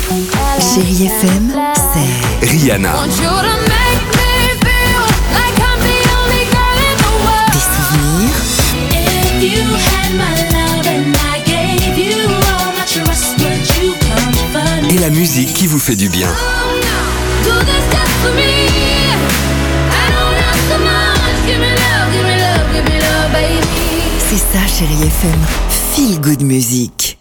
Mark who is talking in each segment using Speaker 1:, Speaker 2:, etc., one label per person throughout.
Speaker 1: Chérie FM, c'est
Speaker 2: Rihanna.
Speaker 1: des souvenirs
Speaker 2: Et la musique qui vous fait du bien.
Speaker 1: c'est ça Chérie FM, Feel Good Music.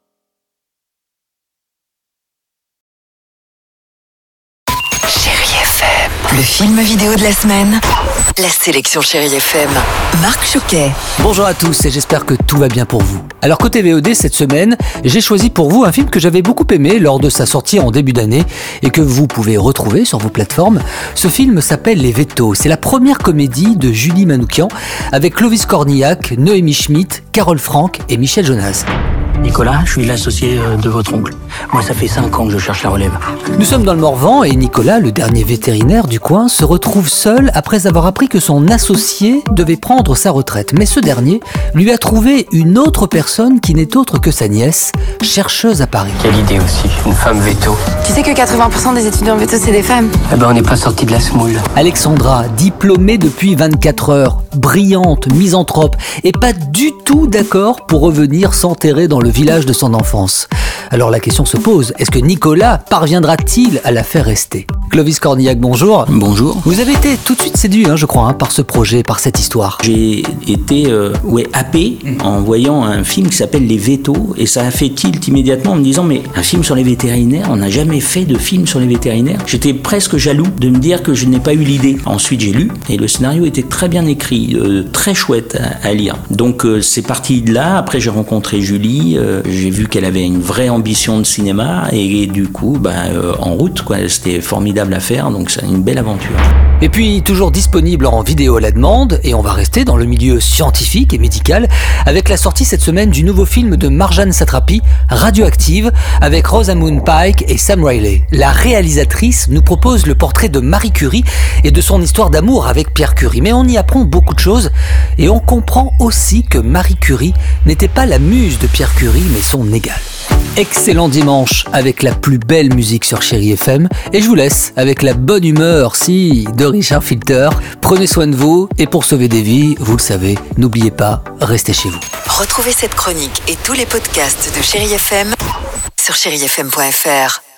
Speaker 1: Chérie FM, le film vidéo de la semaine, la sélection Chérie FM, Marc Choquet.
Speaker 3: Bonjour à tous et j'espère que tout va bien pour vous. Alors côté VOD cette semaine, j'ai choisi pour vous un film que j'avais beaucoup aimé lors de sa sortie en début d'année et que vous pouvez retrouver sur vos plateformes. Ce film s'appelle Les Vétos. C'est la première comédie de Julie Manoukian avec Clovis Cornillac, Noémie Schmidt, Carole Franck et Michel Jonas.
Speaker 4: Nicolas, je suis l'associé de votre oncle. Moi, ça fait 5 ans que je cherche la relève.
Speaker 3: Nous sommes dans le Morvan et Nicolas, le dernier vétérinaire du coin, se retrouve seul après avoir appris que son associé devait prendre sa retraite. Mais ce dernier lui a trouvé une autre personne qui n'est autre que sa nièce, chercheuse à Paris.
Speaker 4: Quelle idée aussi, une femme veto.
Speaker 5: Tu sais que 80% des étudiants veto, c'est des femmes.
Speaker 4: Eh ben, on n'est pas sorti de la semoule.
Speaker 3: Alexandra, diplômée depuis 24 heures, brillante, misanthrope et pas du tout d'accord pour revenir s'enterrer dans le village de son enfance. Alors la question se pose, est-ce que Nicolas parviendra-t-il à la faire rester ? Clovis Cornillac, bonjour.
Speaker 4: Bonjour.
Speaker 3: Vous avez été tout de suite séduit, je crois, par ce projet, par cette histoire.
Speaker 4: J'ai été happé en voyant un film qui s'appelle Les Vétos et ça a fait tilt immédiatement en me disant mais un film sur les vétérinaires, on n'a jamais fait de film sur les vétérinaires. J'étais presque jaloux de me dire que je n'ai pas eu l'idée. Ensuite j'ai lu et le scénario était très bien écrit, très chouette à lire. Donc c'est parti de là. Après j'ai rencontré Julie, j'ai vu qu'elle avait une vraie ambition de cinéma et du coup en route quoi. C'était formidable à faire, donc c'est une belle aventure.
Speaker 3: Et puis toujours disponible en vidéo à la demande, et on va rester dans le milieu scientifique et médical avec la sortie cette semaine du nouveau film de Marjane Satrapi, Radioactive, avec Rosamund Pike et Sam Riley. La réalisatrice nous propose le portrait de Marie Curie et de son histoire d'amour avec Pierre Curie, mais on y apprend beaucoup de choses et on comprend aussi que Marie Curie n'était pas la muse de Pierre Curie mais son égale. Excellent dimanche avec la plus belle musique sur Chérie FM et je vous laisse avec la bonne humeur de Richard Filter. Prenez soin de vous et pour sauver des vies, vous le savez, n'oubliez pas, restez chez vous.
Speaker 1: Retrouvez cette chronique et tous les podcasts de Chérie FM sur chérifm.fr.